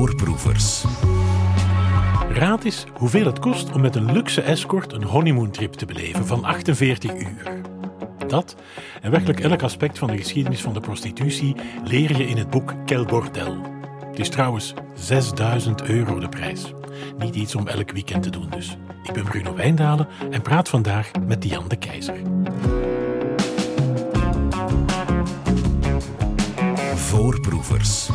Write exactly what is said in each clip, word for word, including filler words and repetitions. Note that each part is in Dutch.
Voorproevers. Raad eens hoeveel het kost om met een luxe escort een honeymoontrip te beleven van achtenveertig uur. Dat en werkelijk elk aspect van de geschiedenis van de prostitutie leer je in het boek Quel Bordel. Het is trouwens zesduizend euro de prijs. Niet iets om elk weekend te doen dus. Ik ben Bruno Wijndalen en praat vandaag met Diane de Keyzer. Voorproevers.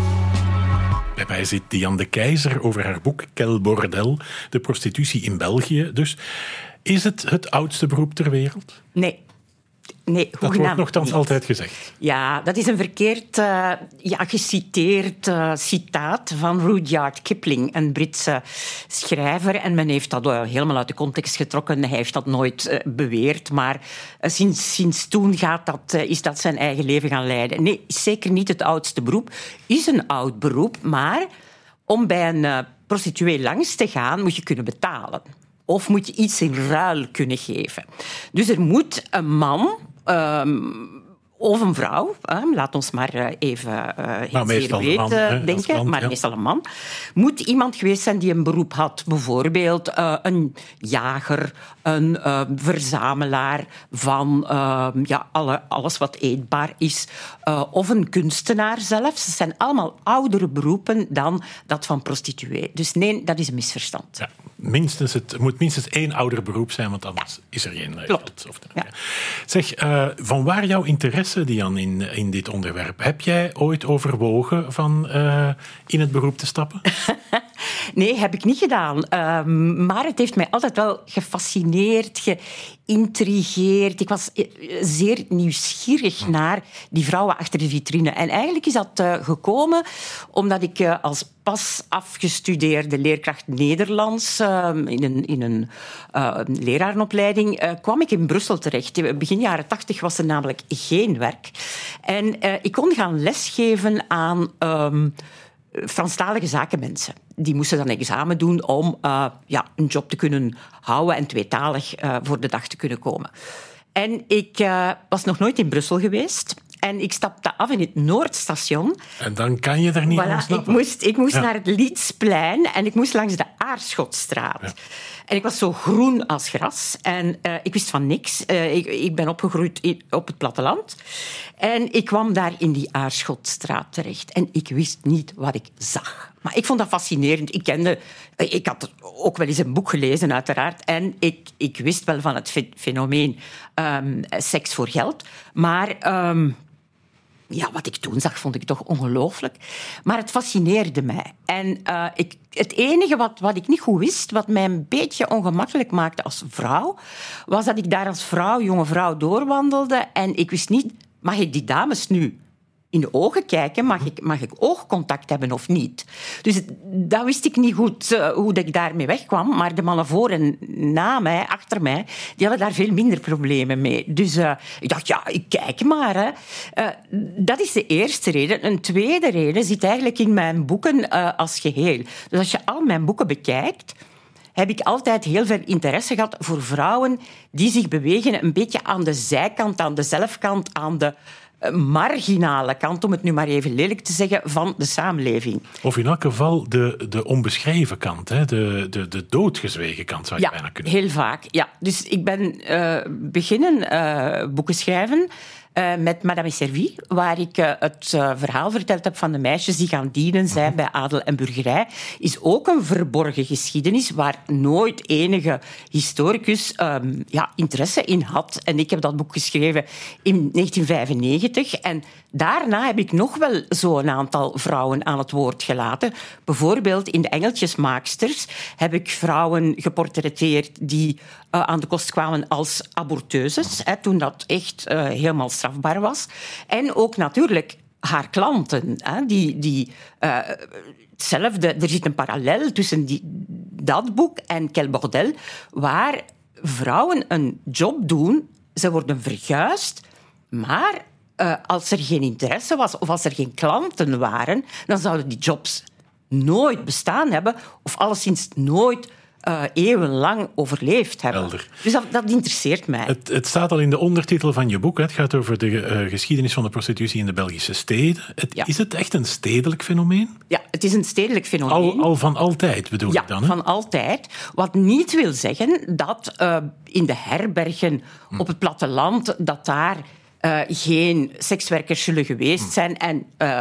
Bij mij zit Diane de Keyzer over haar boek Quel Bordel, de prostitutie in België. Dus is het het oudste beroep ter wereld? Nee. Nee, dat wordt nogthans altijd gezegd. Ja, dat is een verkeerd uh, ja, geciteerd uh, citaat van Rudyard Kipling, een Britse schrijver. En men heeft dat uh, helemaal uit de context getrokken. Hij heeft dat nooit uh, beweerd. Maar uh, sinds, sinds toen gaat dat, uh, is dat zijn eigen leven gaan leiden. Nee, zeker niet het oudste beroep. Is een oud beroep, maar om bij een uh, prostituee langs te gaan, moet je kunnen betalen. Of moet je iets in ruil kunnen geven. Dus er moet een man um, of een vrouw, uh, laat ons maar uh, even uh, heel zeer weten denken, land, maar ja. meestal een man, moet iemand geweest zijn die een beroep had. Bijvoorbeeld uh, een jager, een uh, verzamelaar van uh, ja, alle, alles wat eetbaar is, uh, of een kunstenaar zelfs. Het zijn allemaal oudere beroepen dan dat van prostituee. Dus nee, dat is een misverstand. Ja. Minstens het moet minstens één ouder beroep zijn, want anders ja. is er geen leeftijd. Ja. Zeg, uh, van waar jouw interesse, Diane, in, in dit onderwerp? Heb jij ooit overwogen van uh, in het beroep te stappen? Nee, heb ik niet gedaan. Uh, maar het heeft mij altijd wel gefascineerd, geïntrigeerd. Ik was zeer nieuwsgierig naar die vrouwen achter de vitrine. En eigenlijk is dat uh, gekomen omdat ik uh, als pas afgestudeerde leerkracht Nederlands uh, in een, in een uh, lerarenopleiding uh, kwam ik in Brussel terecht. Begin jaren tachtig was er namelijk geen werk. En uh, ik kon gaan lesgeven aan Um, Franstalige zakenmensen. Die moesten dan examen doen om uh, ja, een job te kunnen houden en tweetalig uh, voor de dag te kunnen komen. En ik uh, was nog nooit in Brussel geweest. En ik stapte af in het Noordstation. En dan kan je er niet voilà, ontsnappen. Ik moest, ik moest ja. naar het Liedsplein en ik moest langs de Aarschotstraat. Ja. En ik was zo groen als gras. En uh, ik wist van niks. Uh, ik, ik ben opgegroeid in, op het platteland. En ik kwam daar in die Aarschotstraat terecht. En ik wist niet wat ik zag. Maar ik vond dat fascinerend. Ik kende... Ik had ook wel eens een boek gelezen, uiteraard. En ik, ik wist wel van het fenomeen um, seks voor geld. Maar... Um, Ja, wat ik toen zag, vond ik toch ongelooflijk. Maar het fascineerde mij. En uh, ik, het enige wat, wat ik niet goed wist, wat mij een beetje ongemakkelijk maakte als vrouw, was dat ik daar als vrouw, jonge vrouw, doorwandelde. En ik wist niet, mag ik die dames nu in de ogen kijken? Mag ik, mag ik oogcontact hebben of niet? Dus dat wist ik niet goed, uh, hoe ik daarmee wegkwam. Maar de mannen voor en na mij, achter mij, die hadden daar veel minder problemen mee. Dus uh, ik dacht, ja, ik kijk maar. Hè. Uh, dat is de eerste reden. Een tweede reden zit eigenlijk in mijn boeken uh, als geheel. Dus als je al mijn boeken bekijkt, heb ik altijd heel veel interesse gehad voor vrouwen die zich bewegen een beetje aan de zijkant, aan de zelfkant, aan de marginale kant, om het nu maar even lelijk te zeggen, van de samenleving. Of in elk geval de, de onbeschreven kant, hè? De, de, de doodgezwegen kant, zou je ja, bijna kunnen heel vaak. Ja. Dus ik ben uh, beginnen uh, boeken schrijven uh, met Madame est servie, waar ik uh, het uh, verhaal verteld heb van de meisjes die gaan dienen zijn bij adel en burgerij. Is ook een verborgen geschiedenis waar nooit enige historicus um, ja, interesse in had. En ik heb dat boek geschreven in negentien vijfennegentig. En daarna heb ik nog wel zo'n aantal vrouwen aan het woord gelaten. Bijvoorbeeld in de Engeltjesmaaksters heb ik vrouwen geportretteerd die uh, aan de kost kwamen als aborteuses, hè, toen dat echt uh, helemaal strafbaar was. En ook natuurlijk haar klanten, hè, die... die uh, hetzelfde, er zit een parallel tussen die, dat boek en Quel Bordel, waar vrouwen een job doen, ze worden verguisd, maar uh, als er geen interesse was of als er geen klanten waren, dan zouden die jobs nooit bestaan hebben of alleszins nooit uh, eeuwenlang overleefd hebben. Helder. Dus dat, dat interesseert mij. Het, het staat al in de ondertitel van je boek. Hè. Het gaat over de uh, geschiedenis van de prostitutie in de Belgische steden. Het, ja. Is het echt een stedelijk fenomeen? Ja, het is een stedelijk fenomeen. Al, al van altijd bedoel ja, ik dan? Hè? Van altijd. Wat niet wil zeggen dat uh, in de herbergen hm. op het platteland, dat daar uh, geen sekswerkers zullen geweest zijn en uh,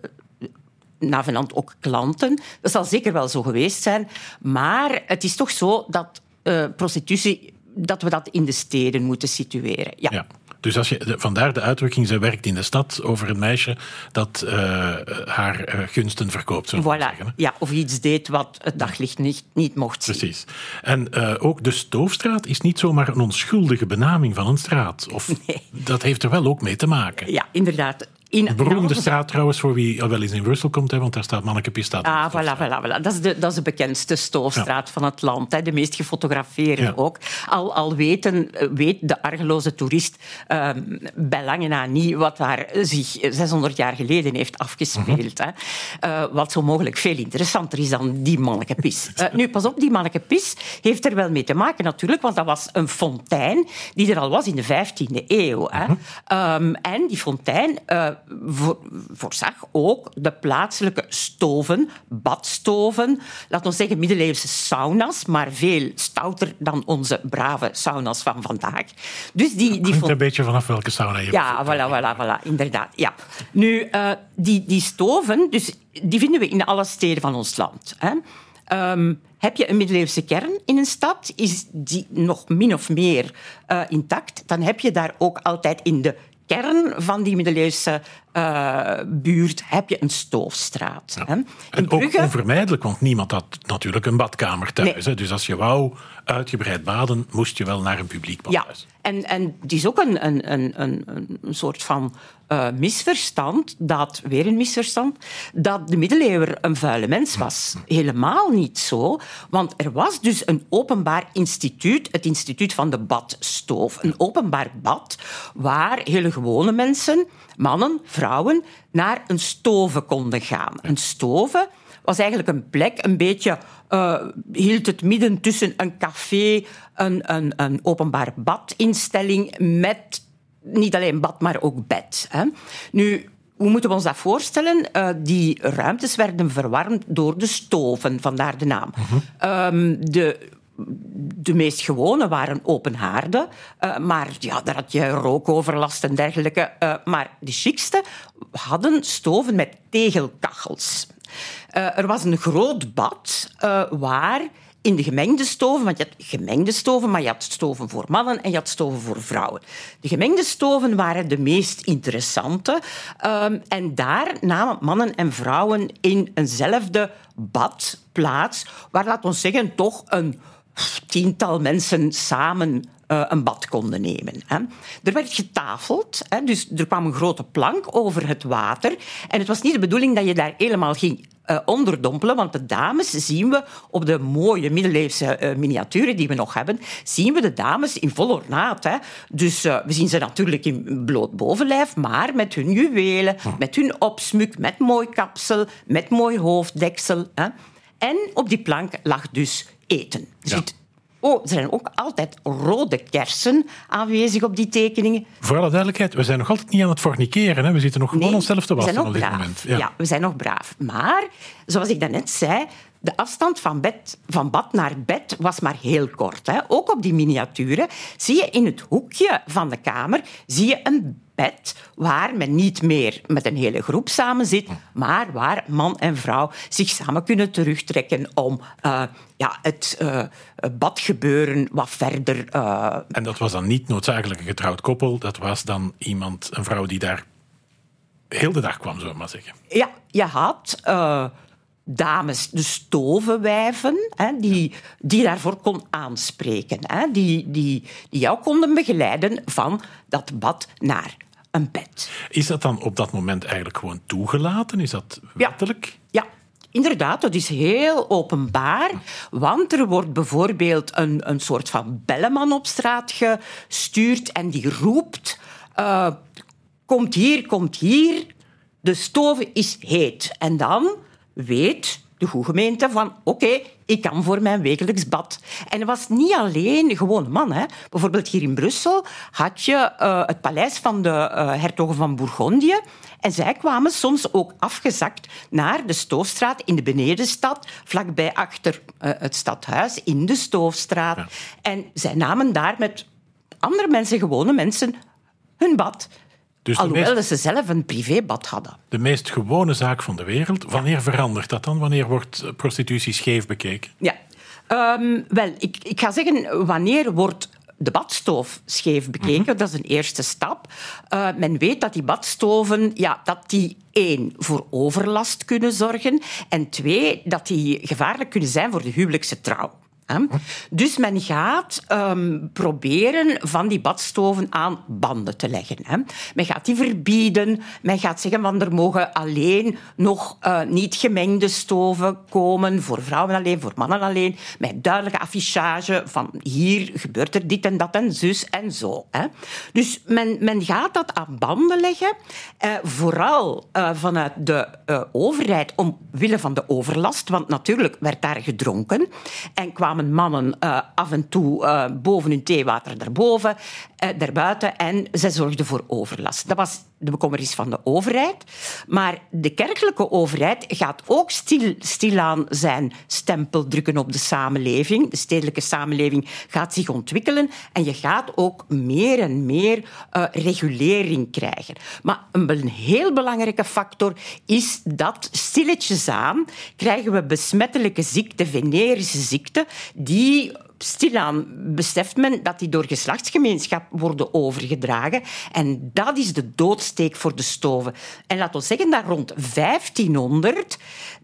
navenant ook klanten. Dat zal zeker wel zo geweest zijn. Maar het is toch zo dat uh, prostitutie, dat we dat in de steden moeten situeren. Ja. ja. Dus als je, vandaar de uitdrukking, zij werkt in de stad over een meisje dat uh, haar uh, gunsten verkoopt. Voilà. Zeggen, ja, of iets deed wat het daglicht niet, niet mocht zien. Precies. En uh, ook de Stoofstraat is niet zomaar een onschuldige benaming van een straat. Of, nee. Dat heeft er wel ook mee te maken. Ja, inderdaad. In, een beroemde straat trouwens, voor wie al wel eens in Brussel komt, hè, want daar staat Manneke Pistaat. Ah, voilà, voilà, voilà. Dat is de, dat is de bekendste stoofstraat ja. van het land. Hè. De meest gefotografeerde ja. ook. Al, al weten, weet de argeloze toerist uh, bij lange na niet wat daar zich zeshonderd jaar geleden heeft afgespeeld. Mm-hmm. Hè. Uh, wat zo mogelijk veel interessanter is dan die Manneke Pis. Uh, nu, pas op, die Manneke Pis heeft er wel mee te maken natuurlijk, want dat was een fontein die er al was in de vijftiende eeuw. Hè. Mm-hmm. Um, en die fontein... Uh, Voor, voorzag ook de plaatselijke stoven, badstoven, laten we zeggen middeleeuwse sauna's, maar veel stouter dan onze brave sauna's van vandaag. Dus die, die vond... een beetje vanaf welke sauna je Ja, voilà, voilà, voilà, inderdaad. Ja. Nu, uh, die, die stoven, dus die vinden we in alle steden van ons land. Hè. Um, heb je een middeleeuwse kern in een stad, is die nog min of meer uh, intact, dan heb je daar ook altijd in de kern van die middeleeuwse uh, buurt heb je een stoofstraat. Ja. Hè. In en Brugge... ook onvermijdelijk, want niemand had natuurlijk een badkamer thuis. Nee. Hè. Dus als je wou uitgebreid baden, moest je wel naar een publiek badhuis. Ja, en, en het is ook een, een, een, een, een soort van uh, misverstand, dat, weer een misverstand, dat de middeleeuwer een vuile mens was. Helemaal niet zo, want er was dus een openbaar instituut, het instituut van de badstoof. Een openbaar bad waar hele gewone mensen, mannen, vrouwen, naar een stoven konden gaan. Een stoven was eigenlijk een plek, een beetje uh, hield het midden tussen een café, een, een, een openbaar badinstelling met niet alleen bad, maar ook bed. Hè. Nu, hoe moeten we ons dat voorstellen? Uh, die ruimtes werden verwarmd door de stoven, vandaar de naam. Uh-huh. Um, de... De meest gewone waren open haarden, uh, maar ja, daar had je rookoverlast en dergelijke. Uh, maar de chicste hadden stoven met tegelkachels. Uh, er was een groot bad uh, waar in de gemengde stoven, want je had gemengde stoven, maar je had stoven voor mannen en je had stoven voor vrouwen. De gemengde stoven waren de meest interessante. Um, en daar namen mannen en vrouwen in eenzelfde bad plaats, waar, laten we zeggen, toch een tiental mensen samen uh, een bad konden nemen. Hè. Er werd getafeld, hè, dus er kwam een grote plank over het water. En het was niet de bedoeling dat je daar helemaal ging uh, onderdompelen, want de dames zien we op de mooie middeleeuwse uh, miniaturen die we nog hebben, zien we de dames in vol ornaat. Hè. Dus uh, we zien ze natuurlijk in bloot bovenlijf, maar met hun juwelen, met hun opsmuk, met mooi kapsel, met mooi hoofddeksel. Hè. En op die plank lag dus eten. Er, ja. zit, oh, er zijn ook altijd rode kersen aanwezig op die tekeningen. Voor alle duidelijkheid, we zijn nog altijd niet aan het forniceren. Hè? We zitten nog gewoon nee, onszelf te wassen op dit braaf. moment. Ja. ja, we zijn nog braaf. Maar, zoals ik daarnet zei, de afstand van, bed, van bad naar bed was maar heel kort. Hè. Ook op die miniaturen zie je in het hoekje van de kamer zie je een bed waar men niet meer met een hele groep samen zit, maar waar man en vrouw zich samen kunnen terugtrekken om uh, ja, het uh, badgebeuren wat verder... Uh... En dat was dan niet noodzakelijk een getrouwd koppel, dat was dan iemand, een vrouw die daar heel de dag kwam, zullen we maar zeggen. Ja, je had... Uh, dames, de stovenwijven, hè, die, die daarvoor kon aanspreken. Hè, die, die, die jou konden begeleiden van dat bad naar een bed. Is dat dan op dat moment eigenlijk gewoon toegelaten? Is dat wettelijk? Ja, ja. Inderdaad, dat is heel openbaar, want er wordt bijvoorbeeld een, een soort van belleman op straat gestuurd en die roept, uh, komt hier, komt hier, de stoven is heet. En dan weet de goede gemeente van oké, okay, ik kan voor mijn wekelijks bad. En het was niet alleen gewone man. Hè. Bijvoorbeeld hier in Brussel had je uh, het paleis van de uh, hertogen van Bourgondië. En zij kwamen soms ook afgezakt naar de Stoofstraat in de Benedenstad, vlakbij achter uh, het stadhuis in de Stoofstraat. Ja. En zij namen daar met andere mensen, gewone mensen, hun bad. Dus Alhoewel meest, ze zelf een privébad hadden. De meest gewone zaak van de wereld. Wanneer ja. verandert dat dan? Wanneer wordt prostitutie scheef bekeken? Ja, um, wel, ik, ik ga zeggen, wanneer wordt de badstoof scheef bekeken? Mm-hmm. Dat is een eerste stap. Uh, men weet dat die badstoven, ja, dat die één, voor overlast kunnen zorgen en twee, dat die gevaarlijk kunnen zijn voor de huwelijkse trouw. Dus men gaat um, proberen van die badstoven aan banden te leggen. Hè. Men gaat die verbieden. Men gaat zeggen van er mogen alleen nog uh, niet gemengde stoven komen. Voor vrouwen alleen, voor mannen alleen. Met duidelijke affichage van hier gebeurt er dit en dat en zus en zo. Hè. Dus men, men gaat dat aan banden leggen. Uh, vooral uh, vanuit de uh, overheid omwille van de overlast. Want natuurlijk werd daar gedronken. En kwamen mannen uh, af en toe uh, boven hun theewater daarboven, uh, daarbuiten, en zij zorgden voor overlast. Dat was de bekommernis van de overheid. Maar de kerkelijke overheid gaat ook stil, stilaan zijn stempel drukken op de samenleving. De stedelijke samenleving gaat zich ontwikkelen en je gaat ook meer en meer uh, regulering krijgen. Maar een, een heel belangrijke factor is dat stilletjes aan krijgen we besmettelijke ziekten, venerische ziekten, die stilaan beseft men dat die door geslachtsgemeenschap worden overgedragen. En dat is de doodsteek voor de stoven. En laten we zeggen dat rond vijftienhonderd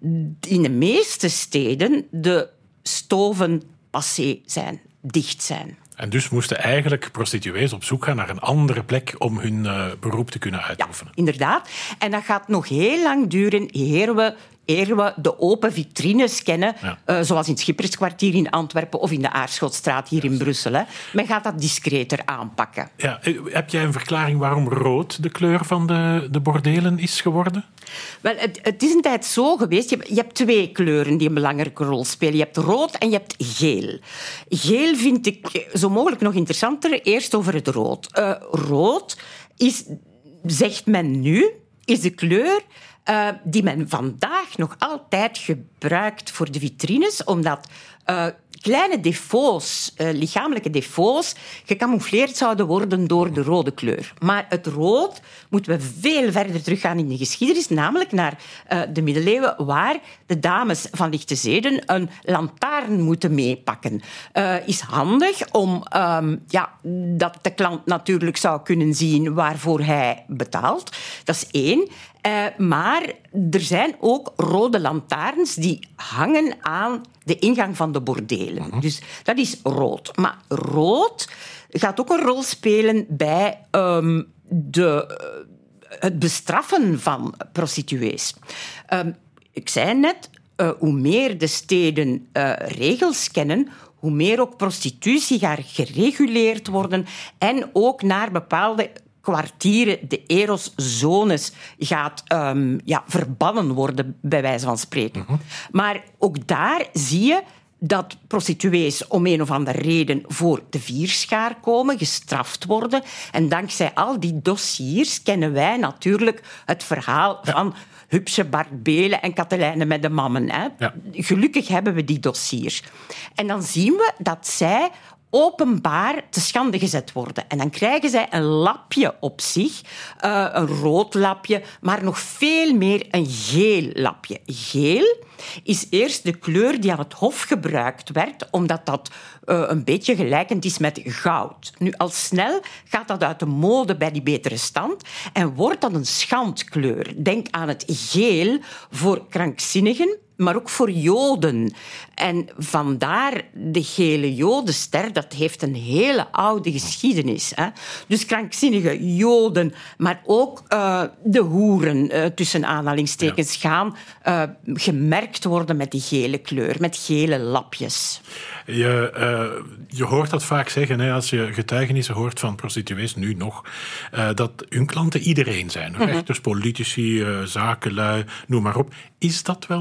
in de meeste steden de stoven passé zijn, dicht zijn. En dus moesten eigenlijk prostituees op zoek gaan naar een andere plek om hun uh, beroep te kunnen uitoefenen. Ja, inderdaad. En dat gaat nog heel lang duren eer we eer we de open vitrines kennen, ja. uh, zoals in het Schipperskwartier in Antwerpen of in de Aarschotstraat hier ja. in Brussel. Hè. Men gaat dat discreter aanpakken. Ja, heb jij een verklaring waarom rood de kleur van de, de bordelen is geworden? Wel, het, het is een tijd zo geweest. Je hebt, je hebt twee kleuren die een belangrijke rol spelen. Je hebt rood en je hebt geel. Geel vind ik zo mogelijk nog interessanter. Eerst over het rood. Uh, rood is, zegt men nu, is de kleur Uh, die men vandaag nog altijd gebruikt voor de vitrines, omdat uh, kleine defo's, uh, lichamelijke defo's, gecamoufleerd zouden worden door de rode kleur. Maar het rood moeten we veel verder teruggaan in de geschiedenis, namelijk naar uh, de middeleeuwen, waar de dames van lichte zeden een lantaarn moeten meepakken. Uh, is handig om um, ja, dat de klant natuurlijk zou kunnen zien waarvoor hij betaalt. Dat is één. Uh, maar er zijn ook rode lantaarns die hangen aan de ingang van de bordelen. Uh-huh. Dus dat is rood. Maar rood gaat ook een rol spelen bij um, de, uh, het bestraffen van prostituees. Um, ik zei net, uh, hoe meer de steden uh, regels kennen, hoe meer ook prostitutie gaat gereguleerd worden en ook naar bepaalde kwartieren, de eroszones, gaat um, ja, verbannen worden, bij wijze van spreken. Uh-huh. Maar ook daar zie je dat prostituees om een of andere reden voor de vierschaar komen, gestraft worden. En dankzij al die dossiers kennen wij natuurlijk het verhaal ja. van Hupsje, Bart Belen en Katelijne met de mammen. Hè. Ja. Gelukkig hebben we die dossiers. En dan zien we dat zij openbaar te schande gezet worden. En dan krijgen zij een lapje op zich, uh, een rood lapje, maar nog veel meer een geel lapje. Geel is eerst de kleur die aan het hof gebruikt werd, omdat dat uh, een beetje gelijkend is met goud. Nu, al snel gaat dat uit de mode bij die betere stand en wordt dat een schandkleur. Denk aan het geel voor krankzinnigen, maar ook voor Joden. En vandaar de gele Jodenster, dat heeft een hele oude geschiedenis. Hè? Dus krankzinnige Joden, maar ook uh, de hoeren, uh, tussen aanhalingstekens, ja. gaan uh, gemerkt worden met die gele kleur, met gele lapjes. Je, uh, je hoort dat vaak zeggen, hè, als je getuigenissen hoort van prostituees, nu nog, uh, dat hun klanten iedereen zijn. Mm-hmm. Rechters, politici, uh, zakenlui, noem maar op. Is dat wel zo?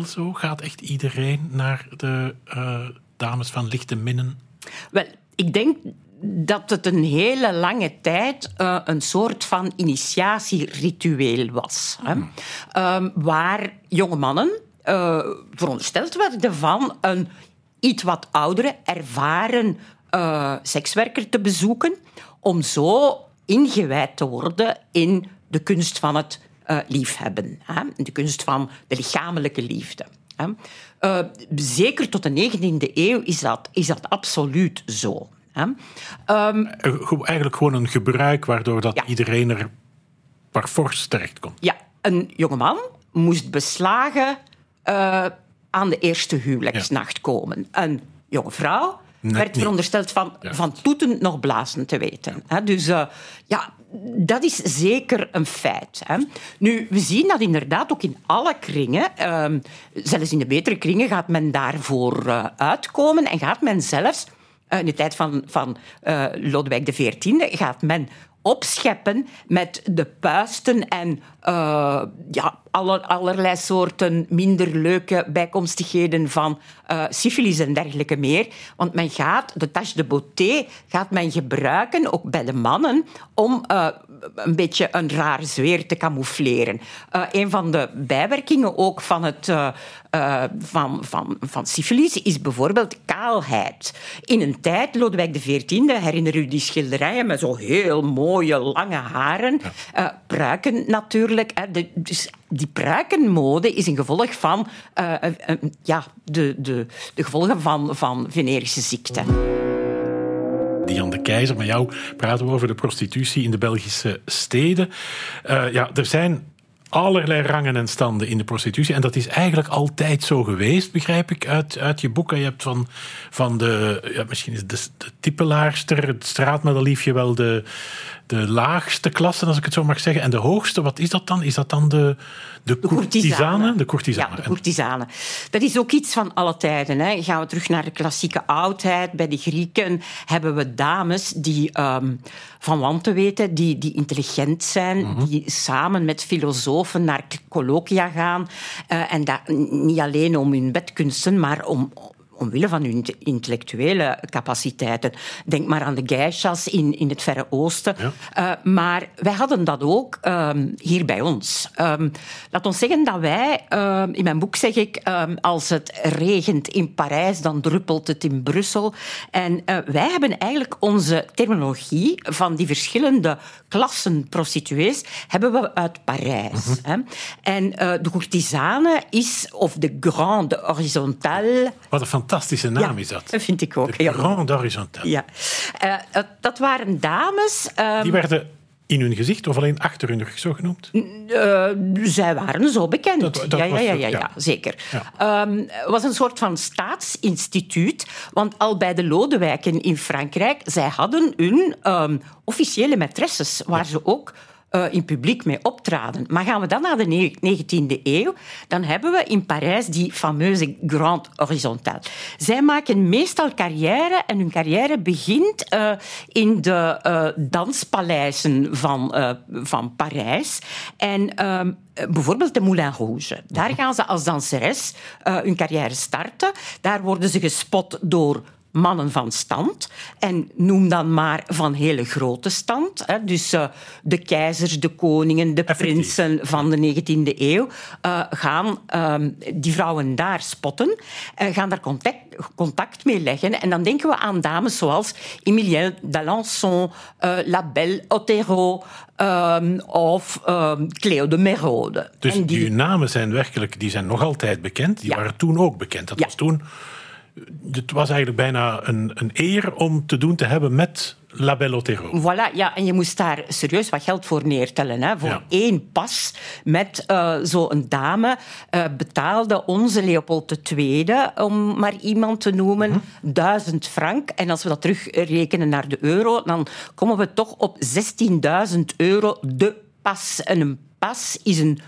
gaat echt iedereen naar de uh, dames van Lichte Minnen? Wel, ik denk dat het een hele lange tijd uh, een soort van initiatieritueel was. Hè? Hmm. Um, waar jonge mannen uh, verondersteld werden van een iets wat oudere, ervaren uh, sekswerker te bezoeken, om zo ingewijd te worden in de kunst van het uh, liefhebben. Hè? De kunst van de lichamelijke liefde. Hè? Uh, zeker tot de negentiende eeuw is dat, is dat absoluut zo. Hè? Um, Eigenlijk gewoon een gebruik waardoor dat ja. iedereen er par force terechtkomt. Ja, een jongeman moest beslagen uh, aan de eerste huwelijksnacht ja. komen. Een jonge vrouw Net werd niet. verondersteld van, ja. van toeten nog blazen te weten. Ja. Dus uh, ja, dat is zeker een feit. Hè. Nu, we zien dat inderdaad ook in alle kringen, uh, zelfs in de betere kringen, gaat men daarvoor uh, uitkomen en gaat men zelfs, uh, in de tijd van, van uh, Lodewijk de veertiende, gaat men opscheppen met de puisten en uh, ja, aller, allerlei soorten minder leuke bijkomstigheden van uh, syfilis en dergelijke meer. Want men gaat, de tache de beauté gaat men gebruiken, ook bij de mannen, om uh, een beetje een raar zweer te camoufleren. Uh, een van de bijwerkingen ook van, het, uh, uh, van, van, van syfilis is bijvoorbeeld kaalheid. In een tijd, Lodewijk de veertiende, herinner u die schilderijen met zo heel mooie, lange haren, ja. uh, pruiken natuurlijk. Hè, de, dus die pruikenmode is een gevolg van uh, uh, uh, ja, de, de, de gevolgen van, van venerische ziekte. Dian de Keizer, met jou praten we over de prostitutie in de Belgische steden. Uh, ja, er zijn allerlei rangen en standen in de prostitutie. En dat is eigenlijk altijd zo geweest, begrijp ik, uit, uit je boek. Je hebt van, van de, ja, misschien is de, de tippelaarster, het straatmadeliefje wel de, de laagste klasse, als ik het zo mag zeggen. En de hoogste, wat is dat dan? Is dat dan de, de, de courtisane? De courtisane. Ja, de courtisane. Dat is ook iets van alle tijden. Hè. Gaan we terug naar de klassieke oudheid. Bij de Grieken hebben we dames die um, van wanten weten, die, die intelligent zijn, mm-hmm. die samen met filosofen naar colloquia gaan. Uh, en dat niet alleen om hun bedkunsten, maar om... omwille van hun intellectuele capaciteiten. Denk maar aan de geishas in, in het Verre Oosten. Ja. Uh, maar wij hadden dat ook um, hier bij ons. Um, laat ons zeggen dat wij, um, in mijn boek zeg ik, um, als het regent in Parijs, dan druppelt het in Brussel. En uh, wij hebben eigenlijk onze terminologie van die verschillende klassen prostituees hebben we uit Parijs. Mm-hmm. Hè. En uh, de courtisane is, of de grande horizontale... Wat een fantastische naam ja, is dat. Dat vind ik ook. De grande horizontale. Ja. Uh, dat waren dames... Um, die werden in hun gezicht of alleen achter hun rug zo genoemd? Uh, zij waren zo bekend. Dat, dat ja, ja, ja, ja, ja, ja, zeker. Ja. Um, het was een soort van staatsinstituut, want al bij de Lodewijken in Frankrijk, zij hadden hun um, officiële maîtresses, waar ja. ze ook uh, in publiek mee optraden. Maar gaan we dan naar de negentiende eeuw, dan hebben we in Parijs die fameuze Grande Horizontale. Zij maken meestal carrière en hun carrière begint uh, in de uh, danspaleizen van, uh, van Parijs. En... Um, bijvoorbeeld de Moulin Rouge. Daar gaan ze als danseres uh, hun carrière starten. Daar worden ze gespot door mannen van stand. En noem dan maar van hele grote stand. Hè. Dus uh, de keizers, de koningen, de Effectief. prinsen van de negentiende eeuw uh, gaan uh, die vrouwen daar spotten, uh, gaan daar contact, contact mee leggen. En dan denken we aan dames zoals Emilien d'Alençon, uh, La Belle Otero um, of um, Cleo de Merode. Dus en die, die namen zijn werkelijk, die zijn nog altijd bekend. Die ja. waren toen ook bekend. Dat ja. was toen... Het was eigenlijk bijna een, een eer om te doen te hebben met La Belle Otero. Voilà, ja, en je moest daar serieus wat geld voor neertellen. Hè. Voor ja. één pas met uh, zo'n dame uh, betaalde onze Leopold de Tweede, om maar iemand te noemen, mm-hmm. duizend frank. En als we dat terugrekenen naar de euro, dan komen we toch op zestienduizend euro de pas. En een pas is een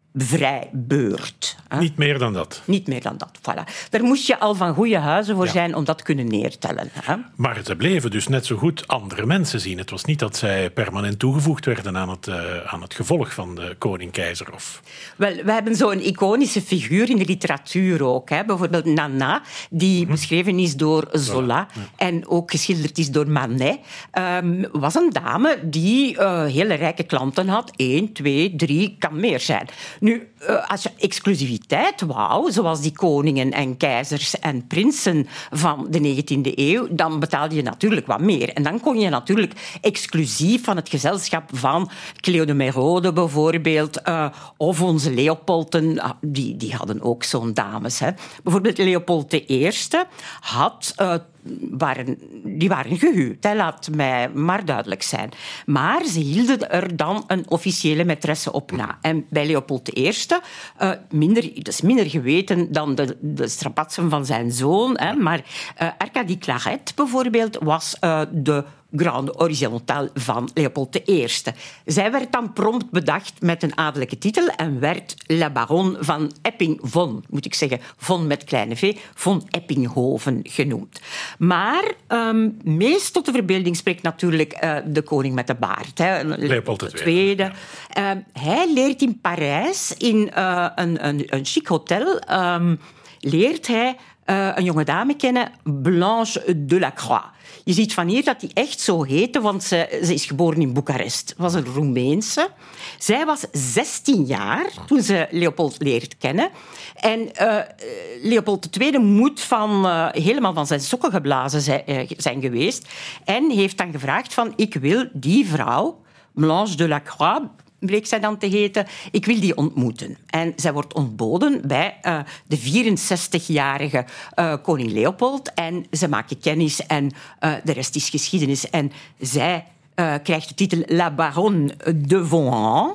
vrijbeurt. Niet meer dan dat. Niet meer dan dat, voilà. Daar moest je al van goede huizen voor ja. zijn om dat te kunnen neertellen. Hè? Maar ze bleven dus net zo goed andere mensen zien. Het was niet dat zij permanent toegevoegd werden aan het, uh, aan het gevolg van de koning-keizer. Of... Wel, we hebben zo'n iconische figuur in de literatuur ook. Hè? Bijvoorbeeld Nana, die hm. beschreven is door Zola ja. en ook geschilderd is door Manet. Um, was een dame die uh, hele rijke klanten had. Eén, twee, drie, kan meer zijn. Nu, als je exclusiviteit wou, zoals die koningen en keizers en prinsen van de negentiende eeuw, dan betaalde je natuurlijk wat meer. En dan kon je natuurlijk exclusief van het gezelschap van Cleo de Merode bijvoorbeeld, uh, of onze Leopolden, die, die hadden ook zo'n dames. Hè. Bijvoorbeeld Leopold de Eerste had... Uh, Waren, die waren gehuwd, hè, laat mij maar duidelijk zijn. Maar ze hielden er dan een officiële maîtresse op na. En bij Leopold de Eerste, uh, minder, dat is minder geweten dan de, de strapatsen van zijn zoon, hè, maar uh, Arcadie Claret bijvoorbeeld was uh, de Grande Horizontale van Leopold de Eerste. Zij werd dan prompt bedacht met een adellijke titel en werd La Baronne van Epping-Von, moet ik zeggen, Von met kleine v, Von Eppinghoven genoemd. Maar um, meest tot de verbeelding spreekt natuurlijk uh, de koning met de baard. Hè, Leopold de Tweede. Uh, hij leert in Parijs, in uh, een, een, een chic hotel, um, leert hij uh, een jonge dame kennen, Blanche de la Croix. Je ziet van hier dat die echt zo heette, want ze, ze is geboren in Boekarest. Was een Roemeense. Zij was zestien jaar toen ze Leopold leert kennen. En uh, Leopold de Tweede moet van, uh, helemaal van zijn sokken geblazen zijn, uh, zijn geweest. En heeft dan gevraagd van, ik wil die vrouw, Blanche de la Croix, bleek zij dan te heten, ik wil die ontmoeten. En zij wordt ontboden bij uh, de vierenzestigjarige uh, koning Leopold. En ze maken kennis en uh, de rest is geschiedenis. En zij uh, krijgt de titel La Baronne de Vauhan.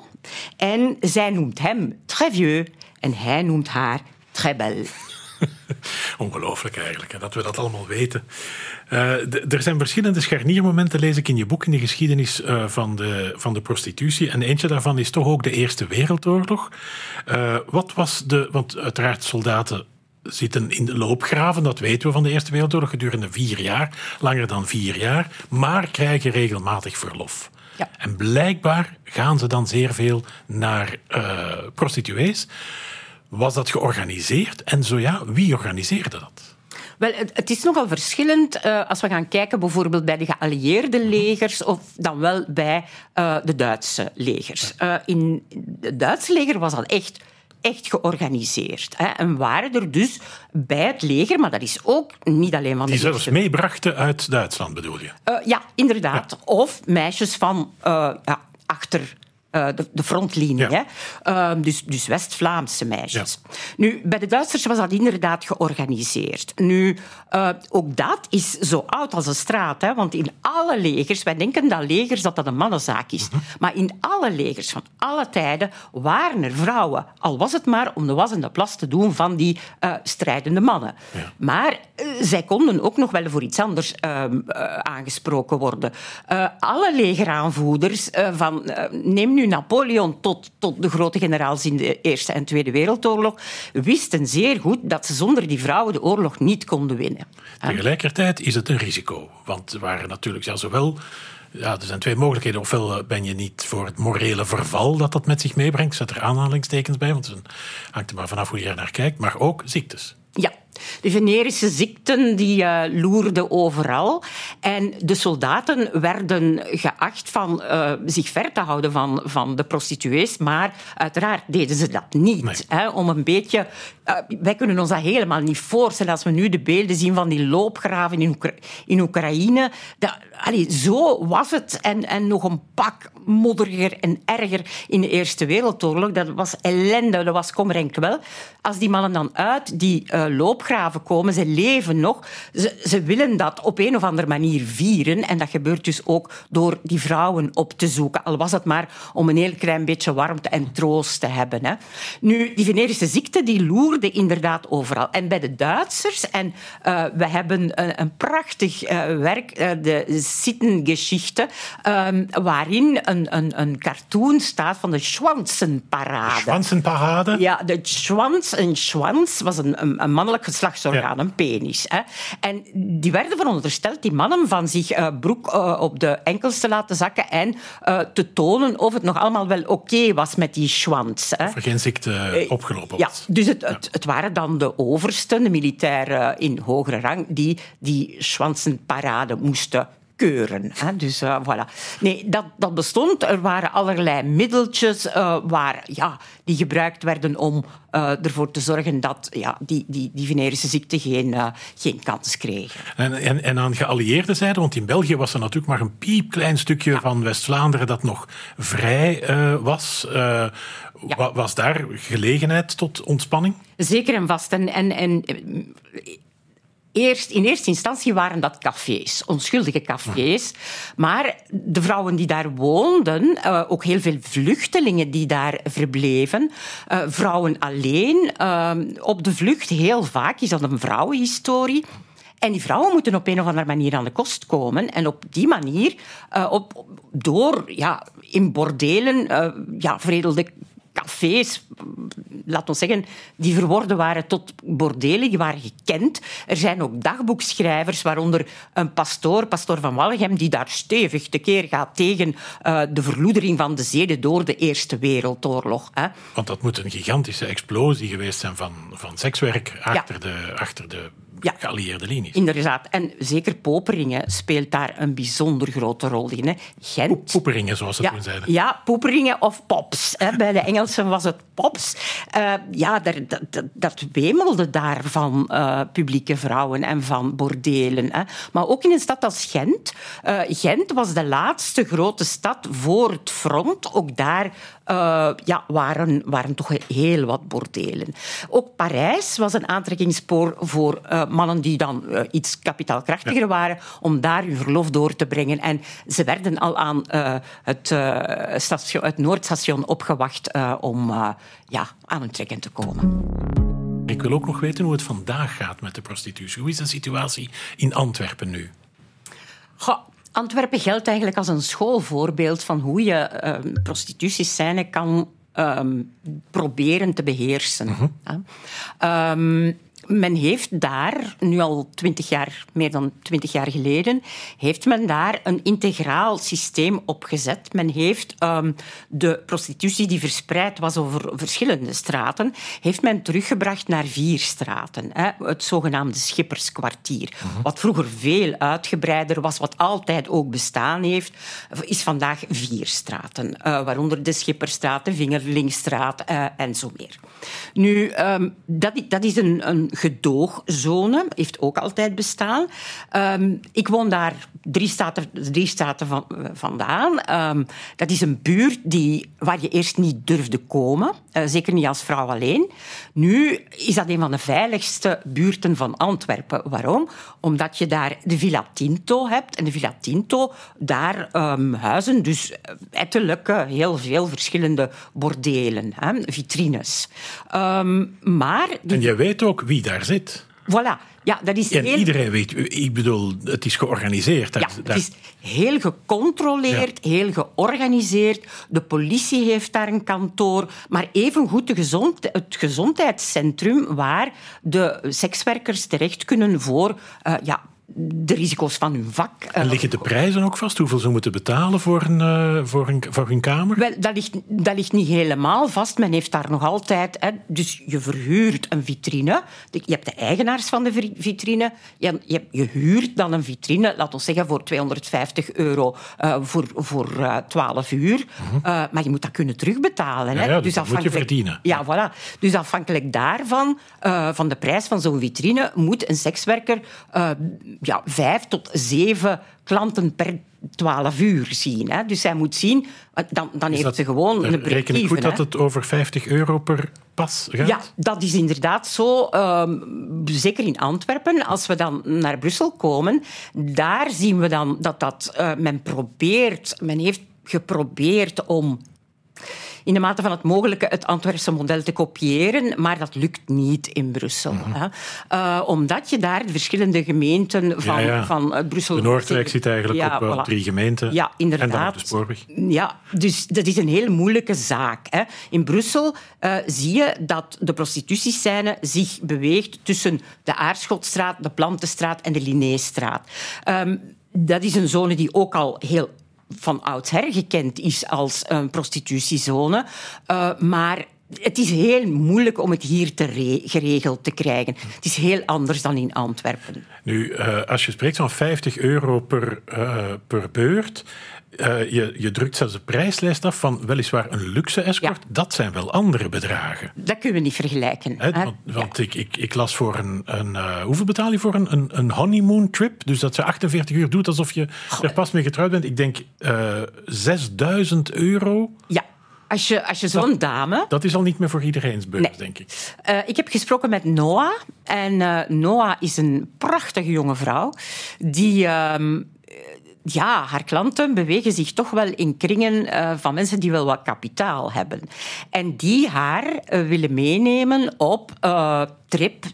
En zij noemt hem très vieux en hij noemt haar très belle. Ongelooflijk eigenlijk, hè, dat we dat allemaal weten. Uh, d- er zijn verschillende scharniermomenten, lees ik in je boek, in de geschiedenis uh, van, de, van de prostitutie. En eentje daarvan is toch ook de Eerste Wereldoorlog. Uh, wat was de... Want uiteraard, soldaten zitten in de loopgraven, dat weten we van de Eerste Wereldoorlog, gedurende vier jaar, langer dan vier jaar, maar krijgen regelmatig verlof. Ja. En blijkbaar gaan ze dan zeer veel naar uh, prostituees. Was dat georganiseerd? En zo ja, wie organiseerde dat? Wel, het is nogal verschillend uh, als we gaan kijken bijvoorbeeld bij de geallieerde legers of dan wel bij uh, de Duitse legers. Uh, in het Duitse leger was dat echt, echt georganiseerd. Hè, en waren er dus bij het leger, maar dat is ook niet alleen van de... Die zelfs eerste... meebrachten uit Duitsland, bedoel je? Uh, ja, inderdaad. Ja. Of meisjes van uh, ja, achter... Uh, de, de frontlinie, ja. hè? Uh, dus, dus West-Vlaamse meisjes. Ja. Nu, bij de Duitsers was dat inderdaad georganiseerd. Nu, uh, ook dat is zo oud als een straat, hè? Want in alle legers, wij denken dat legers dat dat een mannenzaak is, mm-hmm. maar in alle legers van alle tijden waren er vrouwen, al was het maar om de was en de plas te doen van die uh, strijdende mannen. Ja. Maar uh, zij konden ook nog wel voor iets anders uh, uh, aangesproken worden. Uh, alle legeraanvoerders uh, van, uh, neem nu Napoleon tot, tot de grote generaals in de Eerste en Tweede Wereldoorlog, wisten zeer goed dat ze zonder die vrouwen de oorlog niet konden winnen. Tegelijkertijd is het een risico. Want er waren natuurlijk ja, zowel... Ja, er zijn twee mogelijkheden. Ofwel ben je niet voor het morele verval dat dat met zich meebrengt. Zet er aanhalingstekens bij, want het hangt er maar vanaf hoe je er naar kijkt. Maar ook ziektes. Ja, de venerische ziekten die uh, loerden overal. En de soldaten werden geacht van uh, zich ver te houden van, van de prostituees. Maar uiteraard deden ze dat niet. Nee. Hè, om een beetje... Uh, wij kunnen ons dat helemaal niet voorstellen als we nu de beelden zien van die loopgraven in, Oekra- in Oekraïne. Dat, allee, zo was het. En, en nog een pak modderiger en erger in de Eerste Wereldoorlog. Dat was ellende, dat was kommer en kwel. Als die mannen dan uit die uh, loopgraven opgraven komen. Ze leven nog. Ze, ze willen dat op een of andere manier vieren. En dat gebeurt dus ook door die vrouwen op te zoeken. Al was het maar om een heel klein beetje warmte en troost te hebben. Hè. Nu, die venerische ziekte die loerde inderdaad overal. En bij de Duitsers, en uh, we hebben een, een prachtig uh, werk, uh, de Sittengeschichte, um, waarin een, een, een cartoon staat van de Schwanzenparade. Schwanzenparade? Ja, de schwans, een schwans was een, een, een mannelijk geslachtsorgaan, ja. Een penis. Hè. En die werden verondersteld, die mannen, van zich uh, broek uh, op de enkels te laten zakken en uh, te tonen of het nog allemaal wel oké okay was met die schwans. Hè. Of er geen ziekte opgelopen was. Ja, dus het, het, het waren dan de oversten, de militairen in hogere rang, die die Schwanzenparade moesten keuren. Hè. Dus uh, voilà. Nee, dat, dat bestond. Er waren allerlei middeltjes uh, waar, ja, die gebruikt werden om uh, ervoor te zorgen dat ja, die, die, die venerische ziekte geen, uh, geen kans kreeg. En, en, en aan geallieerde zijde, want in België was er natuurlijk maar een piepklein stukje ja. van West-Vlaanderen dat nog vrij uh, was. Uh, ja. Was daar gelegenheid tot ontspanning? Zeker en vast. En... en, en Eerst, in eerste instantie waren dat cafés, onschuldige cafés. Maar de vrouwen die daar woonden, uh, ook heel veel vluchtelingen die daar verbleven, uh, vrouwen alleen, uh, op de vlucht heel vaak, is dat een vrouwenhistorie. En die vrouwen moeten op een of andere manier aan de kost komen. En op die manier, uh, op, door ja, in bordelen, uh, ja, veredelde cafés, laat ons zeggen, die verworden waren tot bordelen, die waren gekend. Er zijn ook dagboekschrijvers, waaronder een pastoor, pastoor van Wallegem, die daar stevig tekeer gaat tegen uh, de verloedering van de zeden door de Eerste Wereldoorlog. Hè. Want dat moet een gigantische explosie geweest zijn van, van sekswerk achter, ja. de, achter de ja. geallieerde linies. Inderdaad. En zeker Poperingen speelt daar een bijzonder grote rol in. Hè. Gent. Poperingen, zoals ze ja, toen zeiden. Ja, Poperingen of Pops. Hè. Bij de Engelsen was het Pops. Uh, ja, dat, dat, dat wemelde daar van uh, publieke vrouwen en van bordelen. Hè. Maar ook in een stad als Gent. Uh, Gent was de laatste grote stad voor het front. Ook daar uh, ja, waren, waren toch heel wat bordelen. Ook Parijs was een aantrekkingspoor voor uh, mannen die dan uh, iets kapitaalkrachtiger ja. waren, om daar hun verlof door te brengen. En ze werden al aan uh, het, uh, station, het Noordstation opgewacht uh, om uh, ja, aan hun trekken te komen. Ik wil ook nog weten hoe het vandaag gaat met de prostitutie. Hoe is de situatie in Antwerpen nu? Goh, Antwerpen geldt eigenlijk als een schoolvoorbeeld van hoe je uh, prostitutiescène kan um, proberen te beheersen. Uh-huh. Ja. Um, Men heeft daar, nu al twintig jaar, meer dan twintig jaar geleden, heeft men daar een integraal systeem opgezet. Men heeft um, de prostitutie die verspreid was over verschillende straten, heeft men teruggebracht naar vier straten. Hè, het zogenaamde Schipperskwartier. Uh-huh. Wat vroeger veel uitgebreider was, wat altijd ook bestaan heeft, is vandaag vier straten. Uh, waaronder de Schipperstraat, de Vingerlingstraat uh, en zo meer. Nu, um, dat, dat is een, een gedoogzone, heeft ook altijd bestaan. Um, ik woon daar drie straten, drie straten van, uh, vandaan. Um, dat is een buurt die, waar je eerst niet durfde komen, uh, zeker niet als vrouw alleen. Nu is dat een van de veiligste buurten van Antwerpen. Waarom? Omdat je daar de Villa Tinto hebt. En de Villa Tinto, daar um, huizen dus ettelijke, heel veel verschillende bordelen, hè, vitrines. Um, maar die... En je weet ook wie daar zit. Voilà. Ja, dat is en heel... iedereen weet, ik bedoel, het is georganiseerd. Ja, het is heel gecontroleerd, ja. heel georganiseerd. De politie heeft daar een kantoor. Maar evengoed de gezond, het gezondheidscentrum waar de sekswerkers terecht kunnen voor... Uh, ja, de risico's van hun vak. En liggen de prijzen ook vast? Hoeveel ze moeten betalen voor, een, uh, voor, een, voor hun kamer? Wel, dat ligt, dat ligt niet helemaal vast. Men heeft daar nog altijd... Hè, dus je verhuurt een vitrine. Je hebt de eigenaars van de vitrine. Je, je, je huurt dan een vitrine, laten we zeggen, voor tweehonderdvijftig euro uh, voor, voor uh, twaalf uur. Uh-huh. Uh, maar je moet dat kunnen terugbetalen. Hè. Ja, ja, dus dus dat moet je verdienen. Ja, voilà. Dus afhankelijk daarvan, uh, van de prijs van zo'n vitrine, moet een sekswerker... Uh, ja, vijf tot zeven klanten per twaalf uur zien. Hè. Dus zij moet zien, dan, dan heeft dat, ze gewoon een break-even. Reken ik goed hè. dat het over vijftig euro per pas gaat? Ja, dat is inderdaad zo. Um, zeker in Antwerpen. Als we dan naar Brussel komen, daar zien we dan dat, dat uh, men probeert, men heeft geprobeerd om in de mate van het mogelijke het Antwerpse model te kopiëren, maar dat lukt niet in Brussel. Mm-hmm. Hè. Uh, omdat je daar de verschillende gemeenten van, ja, ja. van uh, Brussel... De Noordwijk zit eigenlijk ja, op uh, voilà. drie gemeenten ja, inderdaad. en dan op de spoorweg. Ja, dus dat is een heel moeilijke zaak. Hè. In Brussel uh, zie je dat de prostitutiescène zich beweegt tussen de Aarschotstraat, de Plantenstraat en de Linnéestraat. Um, dat is een zone die ook al heel van oudsher gekend is als een prostitutiezone. Uh, maar het is heel moeilijk om het hier te re- geregeld te krijgen. Het is heel anders dan in Antwerpen. Nu, uh, als je spreekt van vijftig euro per, uh, per beurt, uh, je, je drukt zelfs de prijslijst af van weliswaar een luxe escort. Ja. Dat zijn wel andere bedragen. Dat kunnen we niet vergelijken. He, want want ja. ik, ik, ik las voor een... een uh, hoeveel betaal je voor een, een, een honeymoon trip? Dus dat je achtenveertig uur doet alsof je Goh. er pas mee getrouwd bent. Ik denk uh, zesduizend euro. Ja. Als je, als je zo'n dat, dame... Dat is al niet meer voor iedereen's beurs, nee. denk ik. Uh, ik heb gesproken met Noah. En uh, Noah is een prachtige jonge vrouw die... Uh, Ja, haar klanten bewegen zich toch wel in kringen uh, van mensen die wel wat kapitaal hebben. En die haar uh, willen meenemen op uh, trip,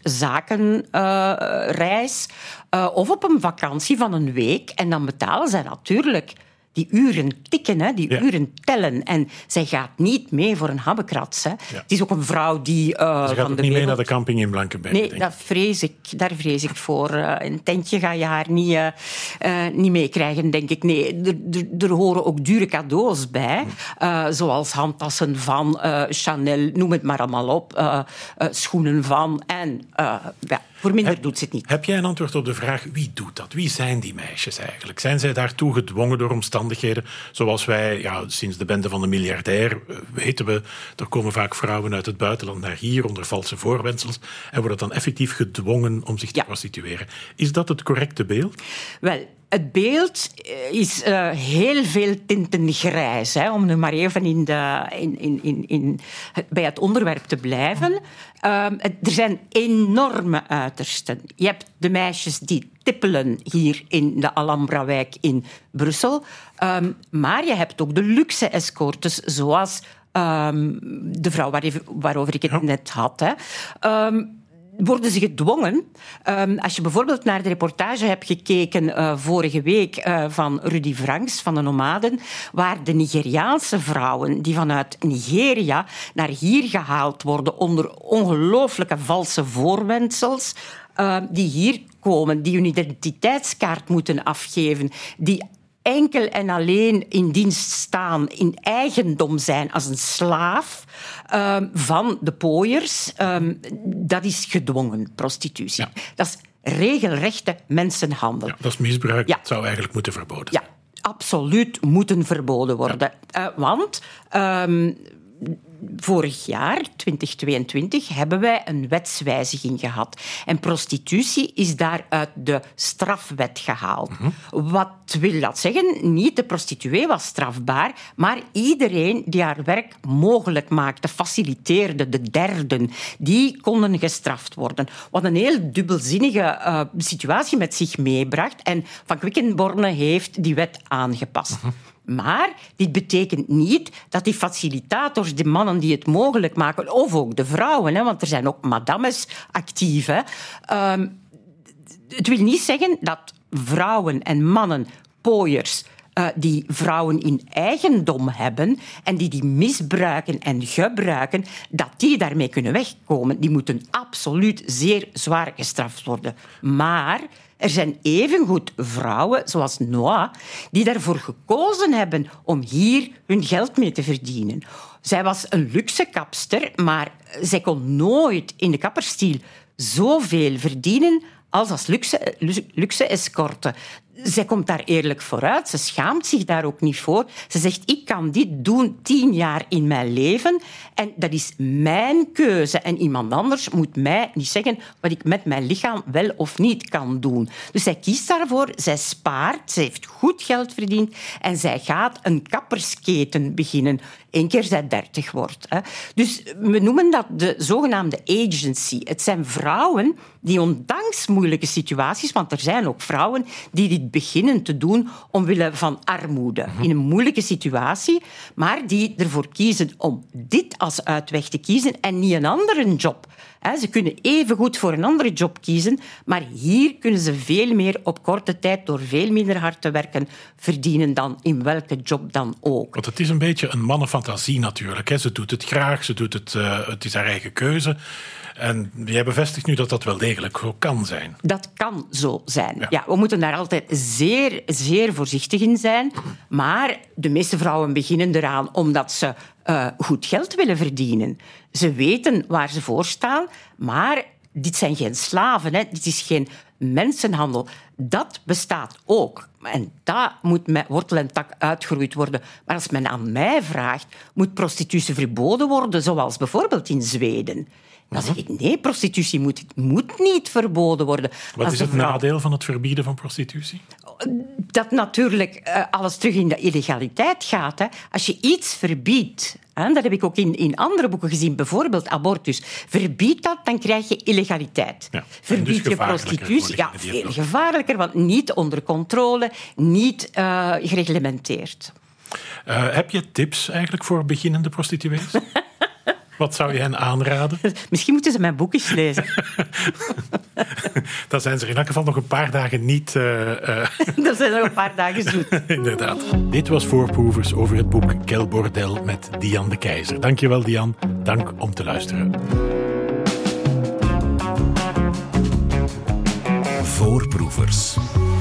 zakenreis uh, uh, of op een vakantie van een week. En dan betalen zij natuurlijk die uren tikken, hè, die ja. uren tellen. En zij gaat niet mee voor een habbekrats. Hè. Ja. Het is ook een vrouw die... Uh, ze gaat van ook de niet wereld... mee naar de camping in Blankenberg, Nee, denk dat vrees ik, daar vrees ik voor. Uh, een tentje ga je haar niet, uh, uh, niet meekrijgen, denk ik. Nee, er, er, er horen ook dure cadeaus bij. Uh, zoals handtassen van uh, Chanel, noem het maar allemaal op. Uh, uh, schoenen van en... Uh, ja. Voor minder heb, doet ze het niet. Heb jij een antwoord op de vraag, wie doet dat? Wie zijn die meisjes eigenlijk? Zijn zij daartoe gedwongen door omstandigheden? Zoals wij, ja, sinds de bende van de miljardair, weten we, er komen vaak vrouwen uit het buitenland naar hier onder valse voorwendsels en worden dan effectief gedwongen om zich te ja. prostitueren. Is dat het correcte beeld? Wel, het beeld is uh, heel veel tinten grijs, hè, om nu maar even in de, in, in, in, in, bij het onderwerp te blijven. Uh, er zijn enorme uitersten. Je hebt de meisjes die tippelen hier in de Alhambrawijk in Brussel. Um, maar je hebt ook de luxe escortes, zoals um, de vrouw waar even, waarover ik het ja. net had. Hè. Um, worden ze gedwongen. Um, als je bijvoorbeeld naar de reportage hebt gekeken uh, vorige week uh, van Rudy Franks van de Nomaden, waar de Nigeriaanse vrouwen die vanuit Nigeria naar hier gehaald worden onder ongelooflijke valse voorwendsels, uh, die hier komen, die hun identiteitskaart moeten afgeven, die enkel en alleen in dienst staan, in eigendom zijn als een slaaf um, van de pooiers, um, dat is gedwongen prostitutie. Ja. Dat is regelrechte mensenhandel. Ja, dat is misbruik. Ja. Dat zou eigenlijk moeten verboden zijn. Ja, absoluut moeten verboden worden. Ja. Uh, want... Um, Vorig jaar, twintig tweeëntwintig, hebben wij een wetswijziging gehad. En prostitutie is daar uit de strafwet gehaald. Mm-hmm. Wat wil dat zeggen? Niet de prostituee was strafbaar, maar iedereen die haar werk mogelijk maakte, faciliteerde, de derden, die konden gestraft worden. Wat een heel dubbelzinnige uh, situatie met zich meebracht. En Van Quickenborne heeft die wet aangepast. Mm-hmm. Maar dit betekent niet dat die facilitators, de mannen die het mogelijk maken, of ook de vrouwen, hè, want er zijn ook madames actief. Hè, um, het wil niet zeggen dat vrouwen en mannen, pooiers, uh, die vrouwen in eigendom hebben en die die misbruiken en gebruiken, dat die daarmee kunnen wegkomen. Die moeten absoluut zeer zwaar gestraft worden. Maar... er zijn evengoed vrouwen, zoals Noah, die daarvoor gekozen hebben om hier hun geld mee te verdienen. Zij was een luxe kapster, maar zij kon nooit in de kapperstiel zoveel verdienen als als luxe, luxe escorte. zij komt daar eerlijk vooruit. Ze schaamt zich daar ook niet voor. Ze zegt, ik kan dit doen tien jaar in mijn leven en dat is mijn keuze. En iemand anders moet mij niet zeggen wat ik met mijn lichaam wel of niet kan doen. Dus zij kiest daarvoor, zij spaart, ze heeft goed geld verdiend en zij gaat een kappersketen beginnen. Eén keer zij dertig wordt. Dus we noemen dat de zogenaamde agency. Het zijn vrouwen die ondanks moeilijke situaties, want er zijn ook vrouwen die dit beginnen te doen omwille van armoede. In een moeilijke situatie, maar die ervoor kiezen om dit als uitweg te kiezen en niet een andere job. Ze kunnen evengoed voor een andere job kiezen, maar hier kunnen ze veel meer op korte tijd door veel minder hard te werken verdienen dan in welke job dan ook. Want het is een beetje een mannenfantasie natuurlijk. Hè. Ze doet het graag, ze doet het, uh, het is haar eigen keuze. En jij bevestigt nu dat dat wel degelijk zo kan zijn. Dat kan zo zijn. Ja. Ja, we moeten daar altijd zeer, zeer voorzichtig in zijn. Maar de meeste vrouwen beginnen eraan omdat ze uh, goed geld willen verdienen. Ze weten waar ze voor staan, maar dit zijn geen slaven. Hè. Dit is geen mensenhandel. Dat bestaat ook. En dat moet met wortel en tak uitgeroeid worden. Maar als men aan mij vraagt, moet prostitutie verboden worden, zoals bijvoorbeeld in Zweden. Dan zeg ik, nee, prostitutie moet, moet niet verboden worden. Wat als is het vrouw... nadeel van het verbieden van prostitutie? Dat natuurlijk uh, alles terug in de illegaliteit gaat. Hè. Als je iets verbiedt, hè, dat heb ik ook in, in andere boeken gezien, bijvoorbeeld abortus, verbied dat, dan krijg je illegaliteit. Ja, verbied dus je prostitutie, ja, veel gevaarlijker, want niet onder controle, niet uh, gereglementeerd. Uh, heb je tips eigenlijk voor beginnende prostituees? Wat zou je hen aanraden? Misschien moeten ze mijn boekjes lezen. Dan zijn ze in elk geval nog een paar dagen niet... Uh, uh... Dan zijn nog een paar dagen zoet. Inderdaad. Dit was Voorproevers over het boek Quel Bordel met Dian de Keizer. Dankjewel, Dian. Dank om te luisteren. Voorproevers.